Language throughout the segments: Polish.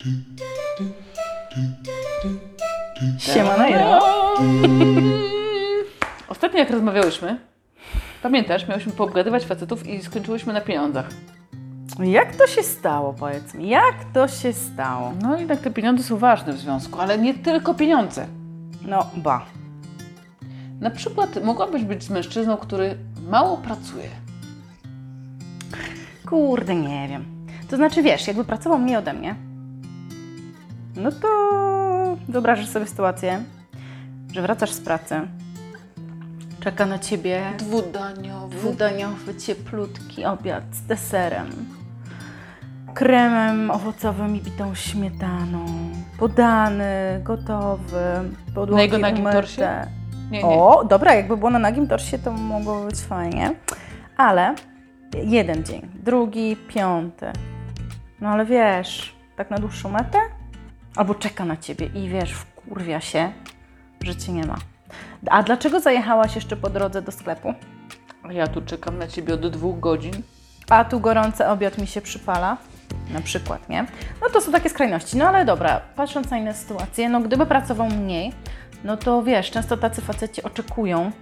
Siema Naira. Ostatnio jak rozmawiałyśmy, pamiętasz, miałyśmy poobgadywać facetów i skończyłyśmy na pieniądzach. Jak to się stało, powiedz mi? Jak to się stało? No jednak te pieniądze są ważne w związku, ale nie tylko pieniądze. No, ba. Na przykład mogłabyś być z mężczyzną, który mało pracuje. Kurde, nie wiem. To znaczy, wiesz, jakby pracował mniej ode mnie, no to wyobrażasz sobie sytuację, że wracasz z pracy, czeka na ciebie dwudaniowy, cieplutki obiad z deserem, kremem owocowym i bitą śmietaną, podany, gotowy, podłogi Na jego nagim umyte. torsie? Nie. O, dobra, jakby było na nagim torsie, to mogło być fajnie, ale jeden dzień, drugi, piąty, no ale wiesz, tak na dłuższą metę? Albo czeka na ciebie i wiesz, wkurwia się, że cię nie ma. A dlaczego zajechałaś jeszcze po drodze do sklepu? A ja tu czekam na ciebie od 2 godzin. A tu gorący obiad mi się przypala, na przykład, nie? No to są takie skrajności. No ale dobra, patrząc na inne sytuacje, no gdyby pracował mniej, no to wiesz, często tacy faceci oczekują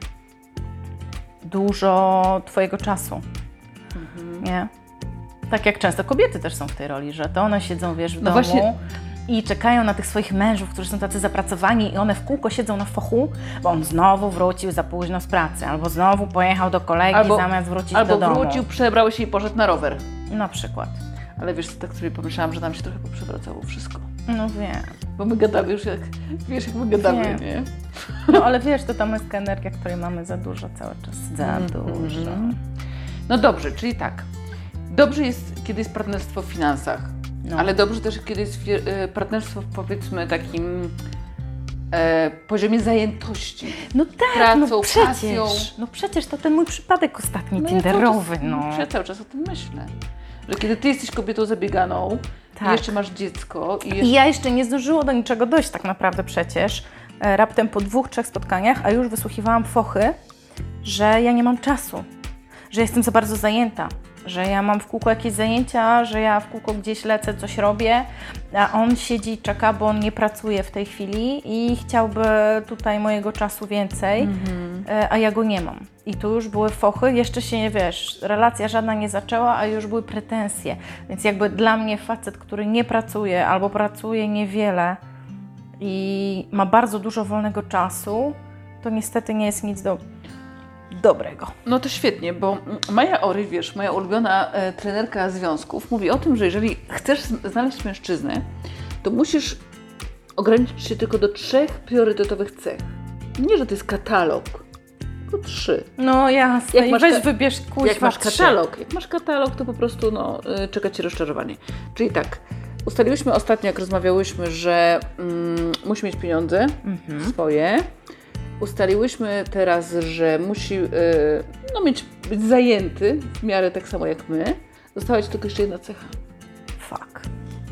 dużo twojego czasu, nie? Tak jak często kobiety też są w tej roli, że to one siedzą, wiesz, w No domu właśnie. i czekają na tych swoich mężów, którzy są tacy zapracowani i one w kółko siedzą na fochu, bo on znowu wrócił za późno z pracy, albo znowu pojechał do kolegi zamiast wrócić do domu. Albo wrócił, przebrał się i poszedł na rower. Na przykład. Ale wiesz, tak sobie pomyślałam, że nam się trochę poprzewracało wszystko. No wiem. Bo my gadamy już jak, wiesz, jak my gadamy, Wiem. nie? No ale wiesz, to ta męska energia, której mamy za dużo cały czas. Za dużo. No dobrze, czyli tak. Dobrze jest, kiedy jest partnerstwo w finansach, No. ale dobrze też, kiedy jest partnerstwo w, powiedzmy, takim poziomie zajętości. No tak, Pracą, no przecież. pasją. No przecież to ten mój przypadek ostatni Ja tinderowy, Ja cały czas o tym myślę. Że kiedy ty jesteś kobietą zabieganą Tak. i jeszcze masz dziecko I ja jeszcze nie zdążyło do niczego dojść tak naprawdę przecież. Raptem po 2-3 spotkaniach, a już wysłuchiwałam fochy, że ja nie mam czasu, że jestem za bardzo zajęta, że ja mam w kółko jakieś zajęcia, że ja w kółko gdzieś lecę, coś robię, a on siedzi i czeka, bo on nie pracuje w tej chwili i chciałby tutaj mojego czasu więcej, a ja go nie mam. I tu już były fochy, jeszcze się nie wiesz, relacja żadna nie zaczęła, a już były pretensje. Więc jakby dla mnie facet, który nie pracuje albo pracuje niewiele i ma bardzo dużo wolnego czasu, to niestety nie jest nic dobrego. No to świetnie, bo Maja Ory, wiesz, moja ulubiona trenerka związków, mówi o tym, że jeżeli chcesz znaleźć mężczyznę, to musisz ograniczyć się tylko do 3 priorytetowych cech. Nie, że to jest katalog, tylko 3. No jasne, Jak i masz weź ka- wybierz kuźwa Jak masz 3. katalog, to po prostu czeka Cię rozczarowanie. Czyli tak, ustaliłyśmy ostatnio, jak rozmawiałyśmy, że musi mieć pieniądze swoje. Ustaliłyśmy teraz, że musi być zajęty w miarę tak samo jak my. Została Ci tylko jeszcze jedna cecha. Fuck.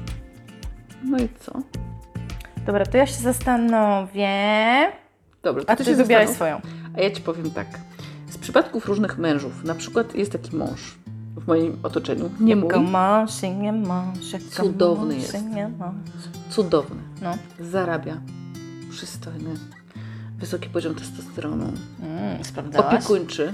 No i co? Dobra, to ja się zastanowię. Dobra, to A ty ty się wybieraj zastanów. swoją. A ja Ci powiem tak. Z przypadków różnych mężów, na przykład jest taki mąż w moim otoczeniu, nie mój, Jako mąż i nie mąż, jako Cudowny mąż jest. i nie mąż. cudowny, No. zarabia, przystojny, wysoki poziom testosteronu, Sprawdzałaś? opiekuńczy.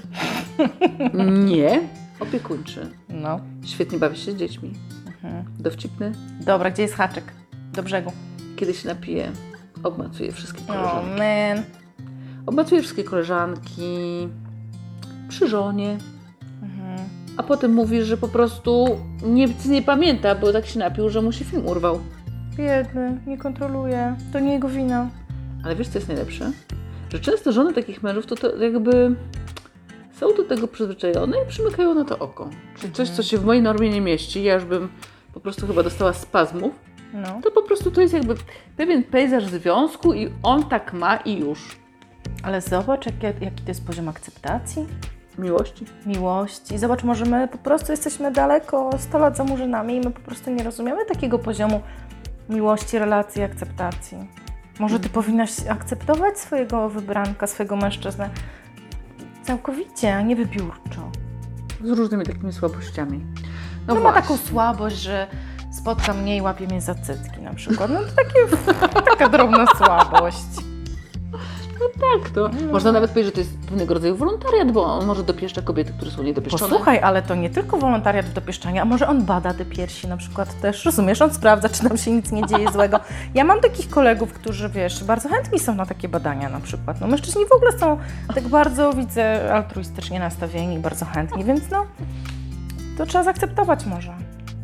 Nie, opiekuńczy. No. Świetnie bawi się z dziećmi. Dowcipny. Dobra, gdzie jest haczyk? Do brzegu. Kiedy się napije, obmacuje wszystkie Oh koleżanki. man. Obmacuje wszystkie koleżanki przy żonie. A potem mówi, że po prostu nic nie pamięta, bo tak się napił, że mu się film urwał. Biedny, nie kontroluje. To nie jego wina. Ale wiesz, co jest najlepsze? Że często żony takich mężów to jakby są do tego przyzwyczajone i przymykają na to oko. Czyli coś, co się w mojej normie nie mieści, ja już bym po prostu chyba dostała spazmów, No. to po prostu to jest jakby pewien pejzaż związku i on tak ma i już. Ale zobacz, jaki to jest poziom akceptacji, Miłości. miłości. Zobacz, może my po prostu jesteśmy daleko 100 lat za murzynami i my po prostu nie rozumiemy takiego poziomu miłości, relacji, akceptacji. Może ty powinnaś akceptować swojego wybranka, swojego mężczyznę całkowicie, a nie wybiórczo. Z różnymi takimi słabościami. No ma właśnie. taką słabość, że z spotka mnie i łapie mnie za cycki na przykład. No to taka drobna słabość. Tak, to można nawet powiedzieć, że to jest pewnego rodzaju wolontariat, bo on może dopieszcza kobiety, które są niedopieszczone. Posłuchaj, ale to nie tylko wolontariat w dopieszczaniu, a może on bada te piersi na przykład też, rozumiesz? On sprawdza, czy tam się nic nie dzieje złego. Ja mam takich kolegów, którzy, wiesz, bardzo chętni są na takie badania na przykład. No mężczyźni w ogóle są tak bardzo, widzę, altruistycznie nastawieni, bardzo chętni, więc no, to trzeba zaakceptować może.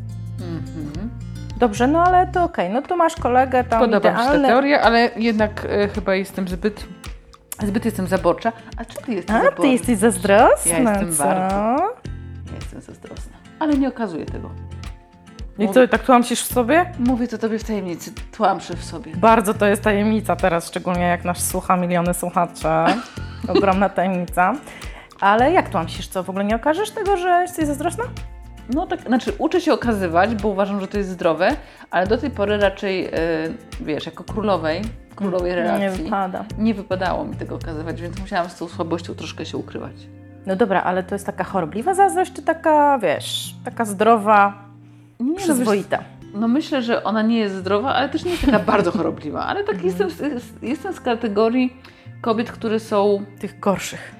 Dobrze, no ale to okej, no to masz kolegę tam Podoba mi się ta idealne. teoria, ale jednak chyba jestem zbyt jestem zaborcza. A czy ty jesteś zaborcza? Ty jesteś zazdrosna, Ja jestem co? bardzo. Ja jestem zazdrosna, ale nie okazuję tego. I co, tak tłamsisz w sobie? Mówię to tobie w tajemnicy, tłamszę w sobie. Bardzo to jest tajemnica teraz, szczególnie jak nas słucha miliony słuchaczy. Ogromna tajemnica. Ale jak tłamsisz, co? W ogóle nie okażesz tego, że jesteś zazdrosna? No tak, znaczy uczę się okazywać, bo uważam, że to jest zdrowe, ale do tej pory raczej, wiesz, jako królowej relacji Nie wypada. nie wypadało mi tego okazywać, więc musiałam z tą słabością troszkę się ukrywać. No dobra, ale to jest taka chorobliwa zazdrość, czy taka, wiesz, taka zdrowa, Nie, przyzwoita? No myślę, że ona nie jest zdrowa, ale też nie jest taka bardzo chorobliwa, ale tak jestem z kategorii kobiet, które są, Tych gorszych.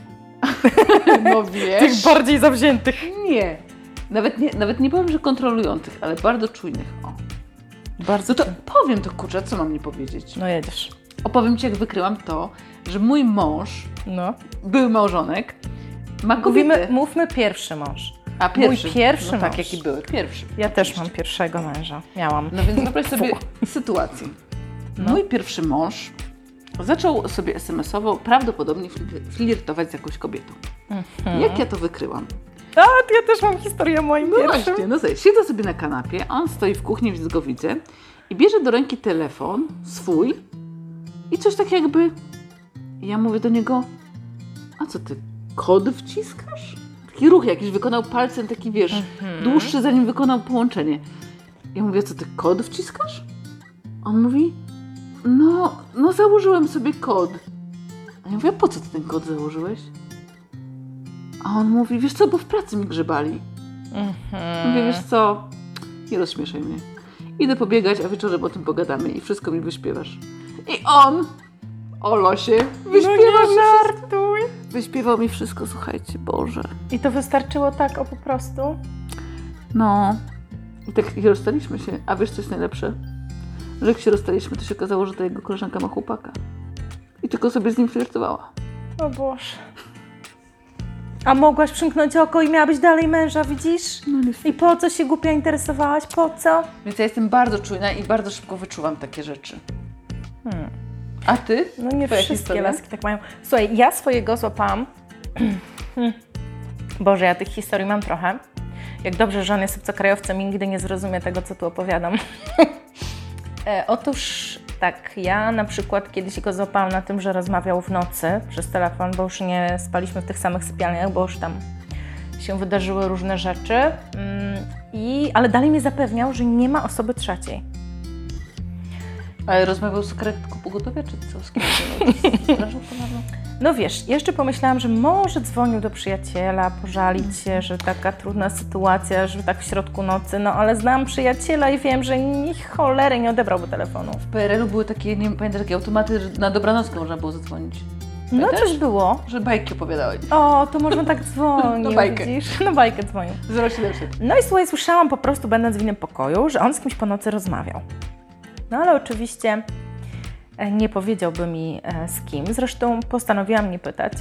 no wiesz, Tych bardziej zawziętych. nie. Nawet nie powiem, że kontrolujących, ale bardzo czujnych. O. Bardzo No to powiem to, kurczę, co mam nie powiedzieć? No jedziesz. Opowiem Ci, jak wykryłam to, że mój mąż, No. były małżonek, ma kobietę. Mówmy pierwszy mąż. A pierwszy. Mój pierwszy no tak, mąż. jaki były. Pierwszy. Ja też mam pierwszego męża. Miałam. No więc wyobraź sobie sytuację. No. Mój pierwszy mąż zaczął sobie SMS-owo prawdopodobnie flirtować z jakąś kobietą. Jak ja to wykryłam? A, ja też mam historię o moim No pierwszym. właśnie, no sobie, siedzę sobie na kanapie, a on stoi w kuchni, więc go widzę i bierze do ręki telefon swój i coś tak jakby... Ja mówię do niego, a co ty, kod wciskasz? Taki ruch jakiś wykonał palcem, taki wiesz, dłuższy, zanim wykonał połączenie. Ja mówię, co ty, kod wciskasz? On mówi, no założyłem sobie kod. A ja mówię, a po co ty ten kod założyłeś? A on mówi, wiesz co, bo w pracy mi grzebali. Mówię, wiesz co, nie rozśmieszaj mnie. Idę pobiegać, a wieczorem o tym pogadamy i wszystko mi wyśpiewasz. I on, o losie, wyśpiewał, żartuj. wyśpiewał mi wszystko, słuchajcie, Boże. I to wystarczyło tak o po prostu? No. I tak i rozstaliśmy się. A wiesz, co jest najlepsze? Że jak się rozstaliśmy, to się okazało, że ta jego koleżanka ma chłopaka. I tylko sobie z nim flirtowała. O Boże. A mogłaś przymknąć oko i miałabyś dalej męża, widzisz? No niestety. I po co się głupio interesowałaś? Po co? Więc ja jestem bardzo czujna i bardzo szybko wyczuwam takie rzeczy. A ty? No nie Twoja wszystkie historia? laski tak mają. Słuchaj, ja swojego złapałam. Boże, ja tych historii mam trochę. Jak dobrze, że on jest obcokrajowcem i nigdy nie zrozumie tego, co tu opowiadam. Otóż tak, ja na przykład kiedyś go złapałam na tym, że rozmawiał w nocy przez telefon, bo już nie spaliśmy w tych samych sypialniach, bo już tam się wydarzyły różne rzeczy. Ale dalej mnie zapewniał, że nie ma osoby trzeciej. Ale rozmawiał z karetką pogotowia, czy co? Z kim? Z strażą pożarną? No wiesz, jeszcze pomyślałam, że może dzwonił do przyjaciela, pożalić się, że taka trudna sytuacja, że tak w środku nocy, no ale znam przyjaciela i wiem, że ni cholery nie odebrałby telefonu. W PRL-u były takie, nie wiem, pamiętasz, takie automaty, że na dobranockę można było zadzwonić. No Pamiętasz? coś było. Że bajki opowiadałeś. O, to można tak dzwonić, Na bajkę. widzisz? Na bajkę dzwonił. 07. No i słuchaj, słyszałam po prostu, będąc w innym pokoju, że on z kimś po nocy rozmawiał. No ale oczywiście nie powiedziałby mi z kim. Zresztą postanowiłam nie pytać.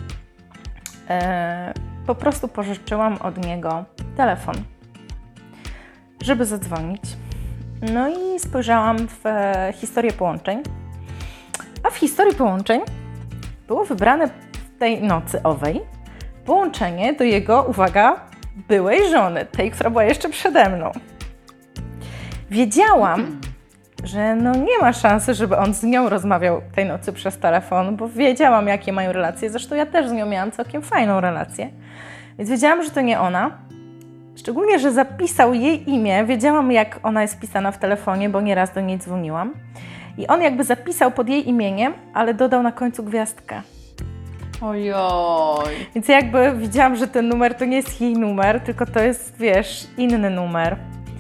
Po prostu pożyczyłam od niego telefon, żeby zadzwonić. No i spojrzałam w historię połączeń. A w historii połączeń było wybrane w tej nocy owej połączenie do jego, uwaga, byłej żony, tej, która była jeszcze przede mną. Wiedziałam, że no nie ma szansy, żeby on z nią rozmawiał tej nocy przez telefon, bo wiedziałam, jakie mają relacje. Zresztą ja też z nią miałam całkiem fajną relację. Więc wiedziałam, że to nie ona. Szczególnie, że zapisał jej imię. Wiedziałam, jak ona jest wpisana w telefonie, bo nieraz do niej dzwoniłam. I on jakby zapisał pod jej imieniem, ale dodał na końcu gwiazdkę. Ojoj. Więc jakby widziałam, że ten numer to nie jest jej numer, tylko to jest, wiesz, inny numer.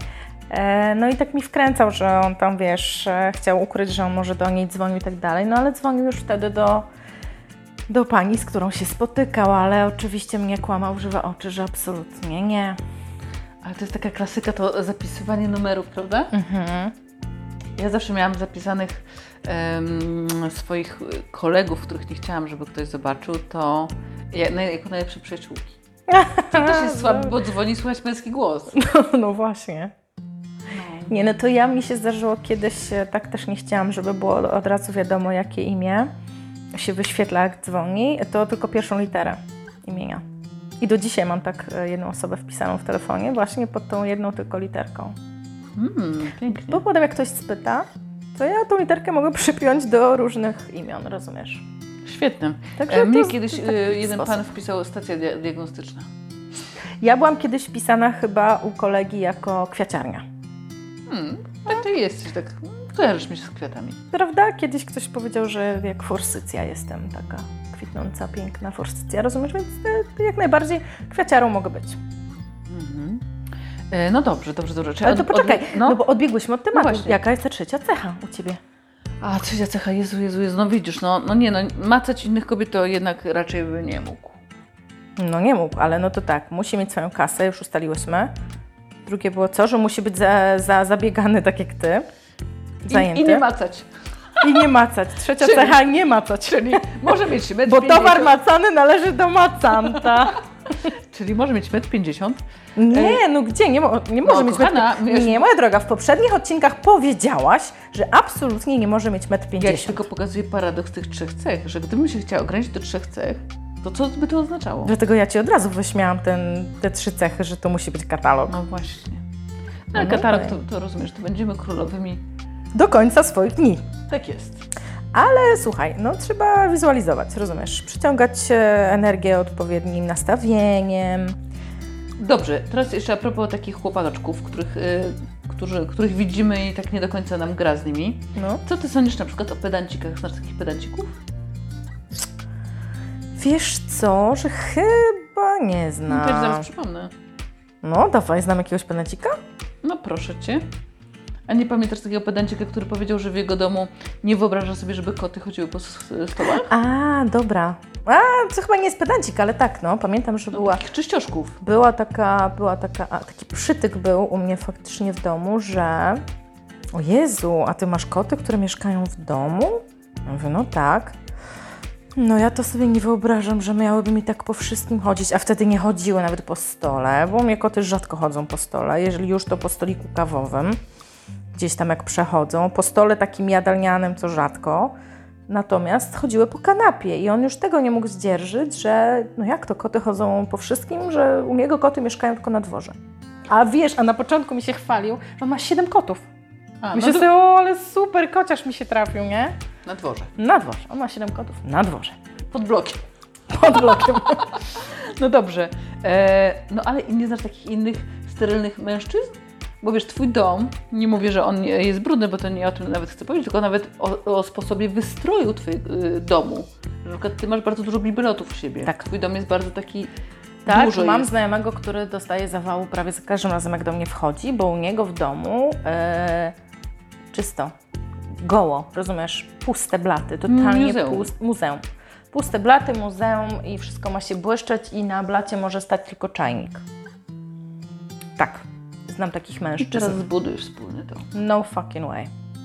No i tak mi wkręcał, że on tam, wiesz, chciał ukryć, że on może do niej dzwonił i tak dalej, no ale dzwonił już wtedy do pani, z którą się spotykał, ale oczywiście mnie kłamał w żywe oczy, że absolutnie nie. Ale to jest taka klasyka, to zapisywanie numerów, prawda? Ja zawsze miałam zapisanych swoich kolegów, których nie chciałam, żeby ktoś zobaczył, to jako najlepsze przyjaciółki. To też jest słabe, bo dzwoni, słychać męski głos. No właśnie. Nie, no to mi się zdarzyło kiedyś, tak też nie chciałam, żeby było od razu wiadomo, jakie imię się wyświetla, jak dzwoni, to tylko pierwszą literę imienia. I do dzisiaj mam tak jedną osobę wpisaną w telefonie, właśnie pod tą jedną tylko literką. Pięknie. Bo potem jak ktoś spyta, to ja tą literkę mogę przypiąć do różnych imion, rozumiesz? Świetne. Także Mnie to kiedyś taki jeden sposób. pan wpisał stacja diagnostyczna. Ja byłam kiedyś wpisana chyba u kolegi jako kwiaciarnia. Tak to jesteś, tak kojarzysz mi się z kwiatami. Prawda? Kiedyś ktoś powiedział, że jak forsycja jestem, taka kwitnąca, piękna forsycja, rozumiesz? Więc jak najbardziej kwiaciarą mogę być. No dobrze. Ale to poczekaj, no bo odbiegłyśmy od tematu. właśnie. Jaka jest ta trzecia cecha u Ciebie? A, trzecia cecha, Jezu, no widzisz, macać innych kobiet to jednak raczej by nie mógł. No nie mógł, ale no to tak, musi mieć swoją kasę, już ustaliłyśmy. Drugie było co, że musi być zabiegany tak jak Ty, zajęty. I nie macać. I nie macać. Trzecia Czyli- cecha, nie macać. Czyli może mieć 1,50 m. Bo towar macany należy do macanta. Czyli może mieć 1,50 m. Nie, no gdzie? Nie może mieć kochana, Nie, moja droga, w poprzednich odcinkach powiedziałaś, że absolutnie nie może mieć 1,50 m. Ja Ci tylko pokazuję paradoks tych 3 cech, że gdybym się chciała ograniczyć do 3 cech, to co by to oznaczało? Dlatego ja Ci od razu wyśmiałam te 3 cechy, że to musi być katalog. No właśnie. No, No katalog okej. to rozumiesz, to będziemy królowymi. Do końca swoich dni. Tak jest. Ale słuchaj, no trzeba wizualizować, rozumiesz? Przyciągać energię odpowiednim nastawieniem. Dobrze, teraz jeszcze a propos takich chłopaczków, których widzimy i tak nie do końca nam gra z nimi. No. Co Ty sądzisz na przykład o pedancikach? Znasz takich pedancików? Wiesz co, że chyba nie No znam. to ja Ci zaraz przypomnę. No dawaj, znam jakiegoś pedancika? No proszę Cię. A nie pamiętasz takiego pedancika, który powiedział, że w jego domu nie wyobraża sobie, żeby koty chodziły po stołach? A, dobra. To chyba nie jest pedancik, ale tak, no. Pamiętam, że Takich czyścioszków. taki przytyk był u mnie faktycznie w domu, że o Jezu, a Ty masz koty, które mieszkają w domu? Ja mówię, no tak. No ja to sobie nie wyobrażam, że miałyby mi tak po wszystkim chodzić, a wtedy nie chodziły nawet po stole, bo u mnie koty rzadko chodzą po stole, jeżeli już to po stoliku kawowym, gdzieś tam jak przechodzą, po stole takim jadalnianym to rzadko, natomiast chodziły po kanapie i on już tego nie mógł zdzierżyć, że no jak to koty chodzą po wszystkim, że u niego koty mieszkają tylko na dworze. A wiesz, a na początku mi się chwalił, że on ma 7 kotów. Myślę sobie, o, ale super, kociarz mi się trafił, nie? Na dworze. Na dworze. On ma 7 kotów. Na dworze. Pod blokiem. Pod blokiem. No dobrze. No ale nie znasz takich innych sterylnych mężczyzn? Bo wiesz, Twój dom, nie mówię, że on jest brudny, bo to nie o tym nawet chcę powiedzieć, tylko nawet o sposobie wystroju Twojego domu. Na przykład Ty masz bardzo dużo bibelotów u siebie. Tak. Twój dom jest bardzo taki Tak, dużo mam jest. znajomego, który dostaje zawału prawie za każdym razem, jak do mnie wchodzi, bo u niego w domu czysto, goło, rozumiesz, puste blaty, totalnie Muzeum. muzeum. Puste blaty, muzeum i wszystko ma się błyszczeć i na blacie może stać tylko czajnik. Tak, znam takich I mężczyzn. teraz zbuduj wspólny dom. No fucking way.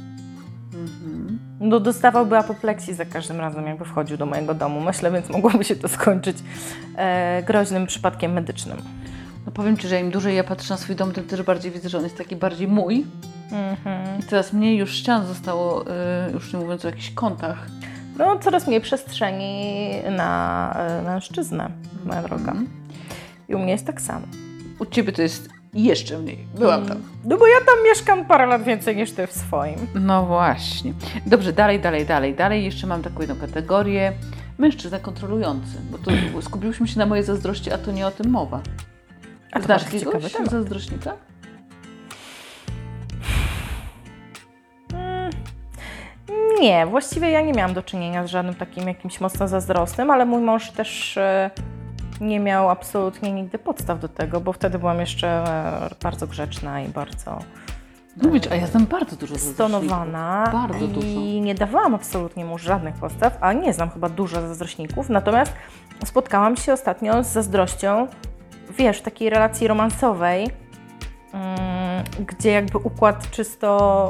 No dostawałby apopleksji za każdym razem, jakby wchodził do mojego domu, myślę, więc mogłoby się to skończyć groźnym przypadkiem medycznym. No powiem Ci, że im dłużej ja patrzę na swój dom, tym też bardziej widzę, że on jest taki bardziej mój. I coraz mniej już ścian zostało, już nie mówiąc o jakichś kątach. No, coraz mniej przestrzeni na mężczyznę, moja droga. I u mnie jest tak samo. U Ciebie to jest jeszcze mniej. Byłam tam. No bo ja tam mieszkam parę lat więcej niż Ty w swoim. No właśnie. Dobrze, dalej. Jeszcze mam taką jedną kategorię. Mężczyzna kontrolujący. Bo to skupiłyśmy się na mojej zazdrości, a to nie o tym mowa. A to Znasz bardzo jakiegoś ciekawy temat. zazdrośnika? Nie, właściwie ja nie miałam do czynienia z żadnym takim jakimś mocno zazdrosnym, ale mój mąż też nie miał absolutnie nigdy podstaw do tego, bo wtedy byłam jeszcze bardzo grzeczna i bardzo Mówisz, a ja znam bardzo dużo stonowana Bardzo i dużo. nie dawałam absolutnie mu żadnych podstaw, a nie znam chyba dużo zazdrośników, natomiast spotkałam się ostatnio z zazdrością, wiesz, w takiej relacji romansowej, gdzie jakby układ czysto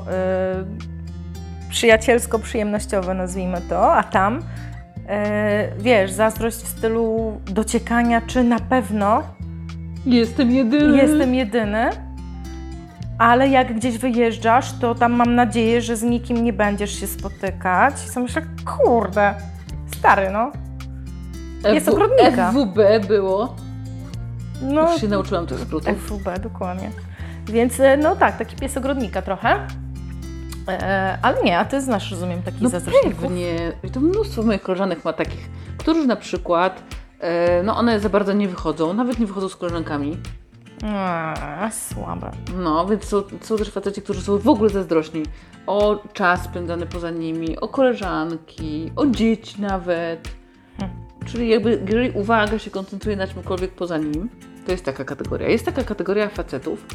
przyjacielsko-przyjemnościowy, nazwijmy to, a tam, wiesz, zazdrość w stylu dociekania, czy na pewno Jestem jedyny. jestem jedyny, ale jak gdzieś wyjeżdżasz, to tam mam nadzieję, że z nikim nie będziesz się spotykać. I sobie myślę, kurde, stary, no. Jest ogrodnika. FWB było. No, Już się nauczyłam tych skrótów. FWB, dokładnie. Więc no tak, taki pies ogrodnika trochę. Ale nie, a ty znasz, rozumiem, takich No zazdrośników. pewnie. I to mnóstwo moich koleżanek ma takich, którzy na przykład, no one za bardzo nie wychodzą, nawet nie wychodzą z koleżankami. Słabe. No, więc są też faceci, którzy są w ogóle zazdrośni o czas spędzany poza nimi, o koleżanki, o dzieci nawet. Czyli jakby, jeżeli uwaga się koncentruje na czymkolwiek poza nim, to jest taka kategoria. Jest taka kategoria facetów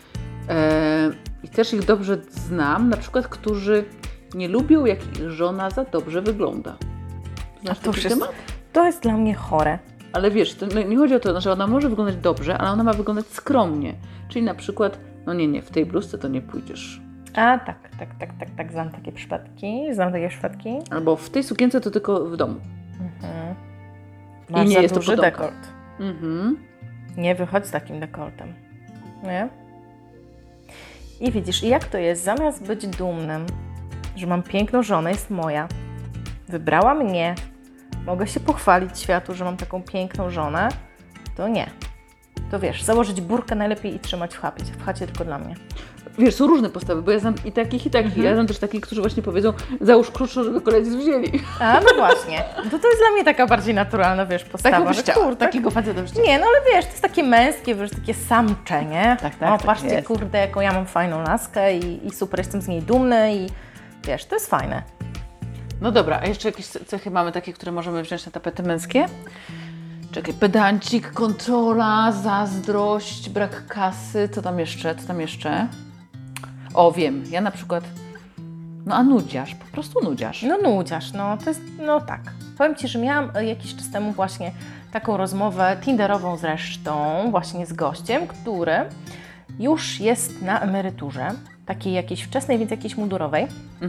i też ich dobrze znam, na przykład, którzy nie lubią, jak ich żona za dobrze wygląda. Znasz to taki już temat? To jest dla mnie chore. Ale wiesz, to nie chodzi o to, że ona może wyglądać dobrze, ale ona ma wyglądać skromnie. Czyli na przykład, no nie, w tej bluzce to nie pójdziesz. A tak, znam takie przypadki. Albo w tej sukience to tylko w domu. Masz nie za jest to duży potomka. dekolt. Mhm. Nie wychodź z takim dekoltem. Nie? I widzisz, i jak to jest? Zamiast być dumnym, że mam piękną żonę, jest moja, wybrała mnie, mogę się pochwalić światu, że mam taką piękną żonę, to nie. To wiesz, założyć burkę najlepiej i trzymać w chacie tylko dla mnie. Wiesz, są różne postawy, bo ja znam i takich. Ja znam też takich, którzy właśnie powiedzą, załóż krótszą, żeby koledzy wzięli. A, no właśnie. To jest dla mnie taka bardziej naturalna, wiesz, postawa. Takiego byś że chciała, kurde, takiego faceta byś chciała. Nie, no ale wiesz, to jest takie męskie, wiesz, takie samcze, nie? Tak, O, tak patrzcie, jest. kurde, jaką ja mam fajną laskę i super, jestem z niej dumny i wiesz, to jest fajne. No dobra, a jeszcze jakieś cechy mamy takie, które możemy wziąć na tapety męskie? Czekaj, pedancik, kontrola, zazdrość, brak kasy, co tam jeszcze? O, wiem, ja na przykład, no a nudziarz, po prostu nudziarz. No nudziarz, no to jest, no tak. Powiem Ci, że miałam jakiś czas temu właśnie taką rozmowę tinderową zresztą, właśnie z gościem, który już jest na emeryturze, takiej jakiejś wczesnej, więc jakiejś mundurowej.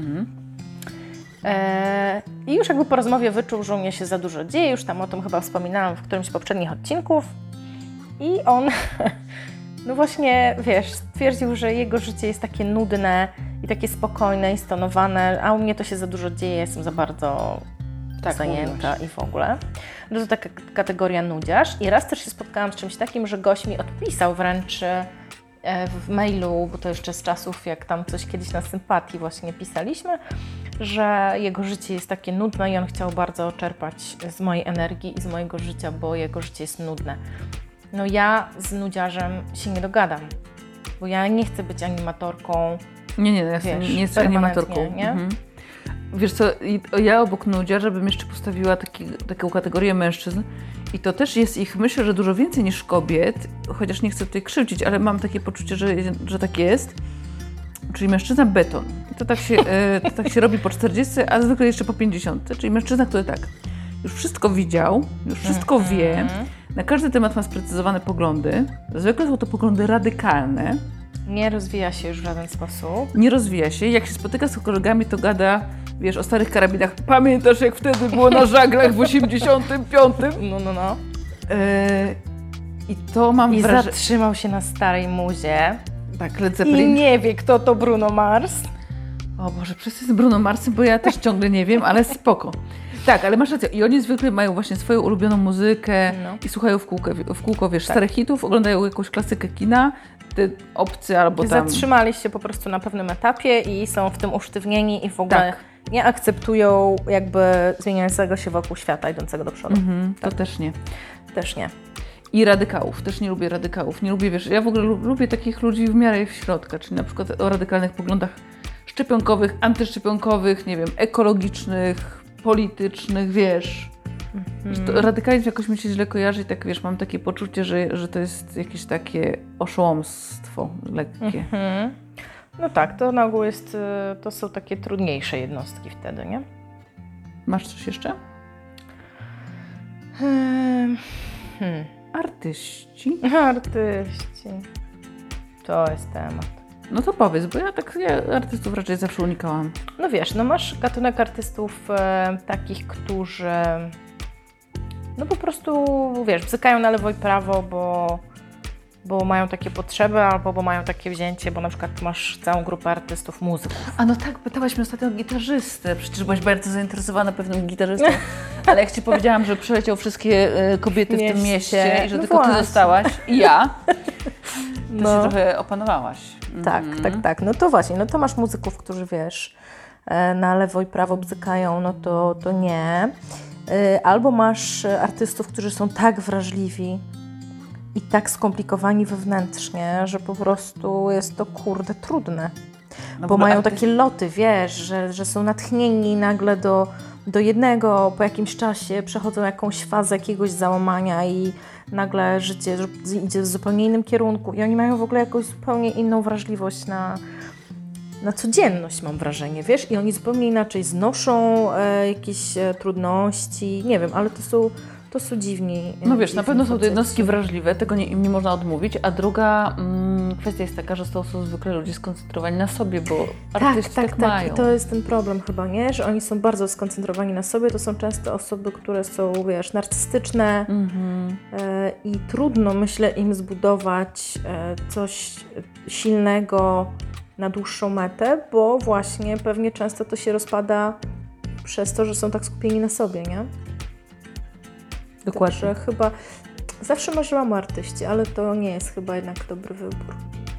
I już jakby po rozmowie wyczuł, że u mnie się za dużo dzieje, już tam o tym chyba wspominałam w którymś z poprzednich odcinków. I on, no właśnie, wiesz, stwierdził, że jego życie jest takie nudne i takie spokojne i stonowane, a u mnie to się za dużo dzieje, jestem za bardzo zajęta i w ogóle. No to taka kategoria nudziarz. I raz też się spotkałam z czymś takim, że gość mi odpisał wręcz w mailu, bo to jeszcze z czasów, jak tam coś kiedyś na sympatii właśnie pisaliśmy, że jego życie jest takie nudne i on chciał bardzo czerpać z mojej energii i z mojego życia, bo jego życie jest nudne. No ja z nudziarzem się nie dogadam, bo ja nie chcę być animatorką. Nie, Wiesz, nie jestem animatorką. permanentnie, nie? Wiesz co, ja obok nudziarza bym jeszcze postawiła taką kategorię mężczyzn i to też jest ich, myślę, że dużo więcej niż kobiet, chociaż nie chcę tutaj krzywdzić, ale mam takie poczucie, że tak jest. Czyli mężczyzna beton. I to tak się robi po 40, a zwykle jeszcze po 50. Czyli mężczyzna, który tak już wszystko widział, już wszystko wie, na każdy temat ma sprecyzowane poglądy. Zwykle są to poglądy radykalne. Nie rozwija się już w żaden sposób. Nie rozwija się. Jak się spotyka z kolegami, to gada, wiesz, o starych karabinach. Pamiętasz, jak wtedy było na żaglach w 85? No. I to mam I wrażenie... zatrzymał się na starej muzie. Tak, Led I Zeppelin. nie wie, kto to Bruno Mars. O Boże, przestań z Bruno Marsem, bo ja też ciągle nie wiem, ale spoko. Tak, ale masz rację. I oni zwykle mają właśnie swoją ulubioną muzykę i słuchają w kółko, wiesz, starych hitów, oglądają jakąś klasykę kina, te obcy albo tam... Zatrzymali się po prostu na pewnym etapie i są w tym usztywnieni i w ogóle nie akceptują jakby zmieniającego się wokół świata, idącego do przodu. To też nie. Też nie. I radykałów. Też nie lubię radykałów. Nie lubię, wiesz, ja w ogóle lubię takich ludzi w miarę w środka, czyli na przykład o radykalnych poglądach szczepionkowych, antyszczepionkowych, nie wiem, ekologicznych, politycznych, wiesz. To radykalizm jakoś mi się źle kojarzy i tak, wiesz, mam takie poczucie, że to jest jakieś takie oszołomstwo lekkie. No tak, to na ogół jest, to są takie trudniejsze jednostki wtedy, nie? Masz coś jeszcze? Hmm. Artyści. Artyści. To jest temat. No to powiedz, bo ja artystów raczej zawsze unikałam. No wiesz, no masz gatunek artystów takich, którzy no po prostu, wiesz, bzykają na lewo i prawo, bo mają takie potrzeby albo bo mają takie wzięcie, bo na przykład masz całą grupę artystów, muzyków. A no tak, pytałaś mnie ostatnio o gitarzystę. Przecież byłaś bardzo zainteresowana pewnym gitarzystą. Ale jak Ci powiedziałam, że przeleciał wszystkie kobiety w tym mieście i że no tylko właśnie. Ty zostałaś i ja, to No. się trochę opanowałaś. Tak. No to właśnie, no to masz muzyków, którzy wiesz, na lewo i prawo bzykają, no to nie. Albo masz artystów, którzy są tak wrażliwi i tak skomplikowani wewnętrznie, że po prostu jest to kurde trudne. No Bo mają takie loty, wiesz, że są natchnieni nagle do jednego, po jakimś czasie przechodzą jakąś fazę jakiegoś załamania i nagle życie idzie w zupełnie innym kierunku i oni mają w ogóle jakąś zupełnie inną wrażliwość na codzienność, mam wrażenie, wiesz, i oni zupełnie inaczej znoszą jakieś trudności, nie wiem, ale to są dziwni. No wiesz, na dziwni pewno są to faceci. jednostki wrażliwe, tego im nie można odmówić, a druga kwestia jest taka, że to są zwykle ludzie skoncentrowani na sobie, bo artyści tak mają. I to jest ten problem chyba, nie? Że oni są bardzo skoncentrowani na sobie, to są często osoby, które są, wiesz, narcystyczne i trudno, myślę, im zbudować coś silnego na dłuższą metę, bo właśnie pewnie często to się rozpada przez to, że są tak skupieni na sobie, nie? Dokładnie. Także chyba zawsze marzyłam o artyście, ale to nie jest chyba jednak dobry wybór.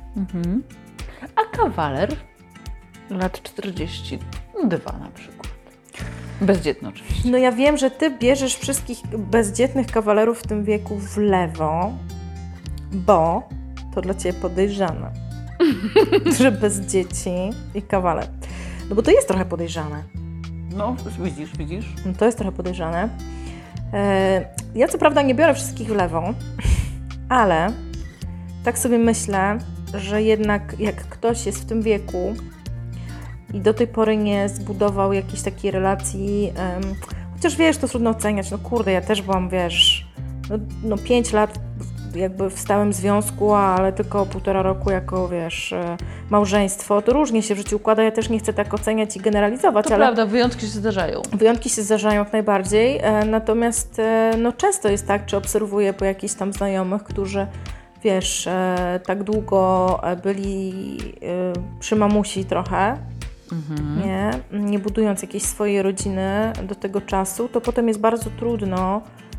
A kawaler lat 42 na przykład. Bezdzietny oczywiście. No ja wiem, że Ty bierzesz wszystkich bezdzietnych kawalerów w tym wieku w lewo, bo to dla Ciebie podejrzane, że bez dzieci i kawaler. No bo to jest trochę podejrzane. No, widzisz. No to jest trochę podejrzane. Ja co prawda nie biorę wszystkich w lewo, ale tak sobie myślę, że jednak jak ktoś jest w tym wieku i do tej pory nie zbudował jakiejś takiej relacji, chociaż wiesz, to trudno oceniać, no kurde, ja też byłam, wiesz, no 5 lat jakby w stałym związku, ale tylko 1,5 roku jako, wiesz, małżeństwo, to różnie się w życiu układa, ja też nie chcę tak oceniać i generalizować, To ale prawda, wyjątki się zdarzają. wyjątki się zdarzają jak najbardziej, natomiast no często jest tak, czy obserwuję po jakichś tam znajomych, którzy, wiesz, tak długo byli przy mamusi trochę, nie budując jakiejś swojej rodziny do tego czasu, to potem jest bardzo trudno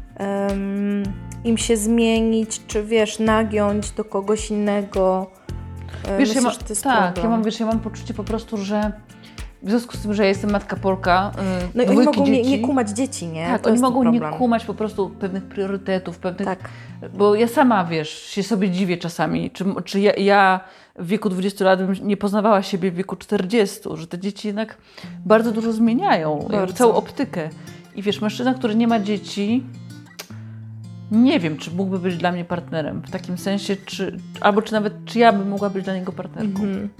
im się zmienić, czy wiesz, nagiąć do kogoś innego. Wiesz, Myślę, że to jest problem. ja mam poczucie po prostu, że w związku z tym, że ja jestem matka Polka, No i oni dwójki mogą dzieci, nie kumać dzieci, nie? tak, To oni jest ten mogą nie problem. kumać po prostu pewnych priorytetów, Tak. Bo ja sama, wiesz, się sobie dziwię czasami, czy ja w wieku 20 lat bym nie poznawała siebie w wieku 40, że te dzieci jednak bardzo dużo zmieniają, całą optykę. I wiesz, mężczyzna, który nie ma dzieci, nie wiem, czy mógłby być dla mnie partnerem, w takim sensie, czy ja bym mogła być dla niego partnerką.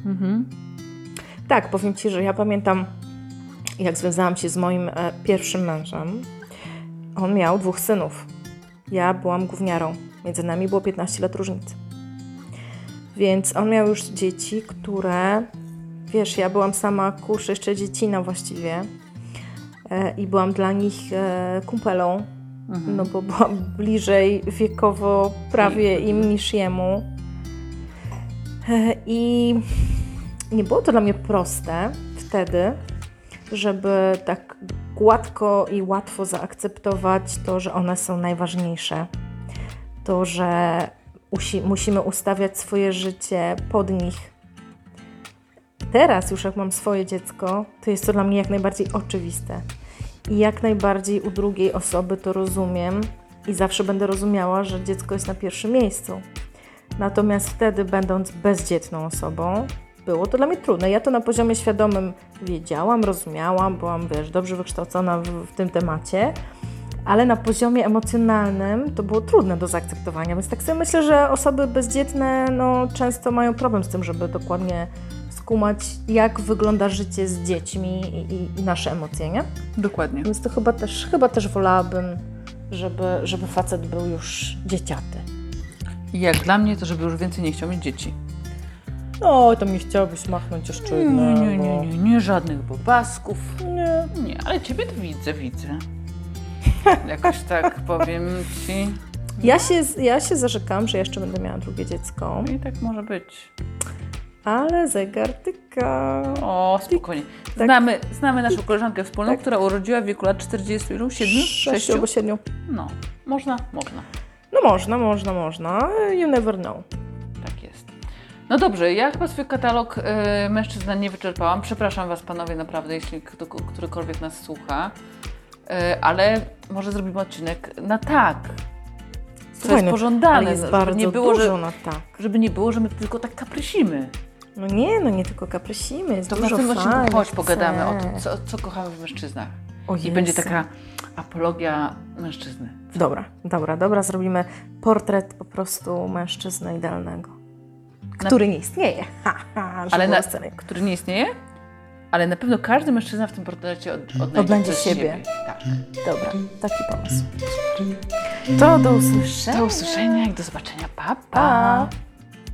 Tak, powiem Ci, że ja pamiętam, jak związałam się z moim pierwszym mężem, on miał 2 synów. Ja byłam gówniarą. Między nami było 15 lat różnicy. Więc on miał już dzieci, które, wiesz, ja byłam sama, kurczę, jeszcze dziecina właściwie i byłam dla nich kumpelą, no bo byłam bliżej wiekowo prawie im niż jemu. I nie było to dla mnie proste wtedy, żeby tak gładko i łatwo zaakceptować to, że one są najważniejsze. To, że musimy ustawiać swoje życie pod nich. Teraz już jak mam swoje dziecko, to jest to dla mnie jak najbardziej oczywiste. I jak najbardziej u drugiej osoby to rozumiem i zawsze będę rozumiała, że dziecko jest na pierwszym miejscu. Natomiast wtedy, będąc bezdzietną osobą, było to dla mnie trudne. Ja to na poziomie świadomym wiedziałam, rozumiałam, byłam, wiesz, dobrze wykształcona w tym temacie, ale na poziomie emocjonalnym to było trudne do zaakceptowania. Więc tak sobie myślę, że osoby bezdzietne no, często mają problem z tym, żeby dokładnie skumać, jak wygląda życie z dziećmi i nasze emocje, nie? Dokładnie. Więc to chyba też wolałabym, żeby facet był już dzieciaty. I jak dla mnie, to żeby już więcej nie chciał mieć dzieci. No, to mi chciałbyś machnąć jeszcze jednego. Nie, żadnych bobasków. Nie. Nie, ale ciebie to widzę. Jakoś tak powiem ci. Ja się zarzekam, że jeszcze będę miała drugie dziecko, I tak może być. ale zegar tyka. O, spokojnie. Tak. Znamy naszą koleżankę wspólną, Tak. która urodziła w wieku lat 40, ilu? 7? 6 albo 7. No, można. No można. You never know. Tak jest. No dobrze, ja chyba swój katalog mężczyzn nie wyczerpałam. Przepraszam Was, panowie, naprawdę, jeśli którykolwiek nas słucha. Ale może zrobimy odcinek na tak. Co Słuchaj, jest pożądane. ale jest żeby bardzo nie było, dużo na tak. żeby nie było, że my tylko tak kaprysimy. No nie tylko kaprysimy, jest To w dużo następnym odcinku fajnych chodź, pogadamy o cech. tym, co kochamy w mężczyznach. O I będzie Jezu. taka apologia mężczyzny. Dobra, zrobimy portret po prostu mężczyzny idealnego, który nie istnieje. Ale który nie istnieje? Ale na pewno każdy mężczyzna w tym portrecie odnajdzie coś siebie. Tak. Dobra, taki pomysł. To do usłyszenia. Do usłyszenia i do zobaczenia. Pa, pa. Pa.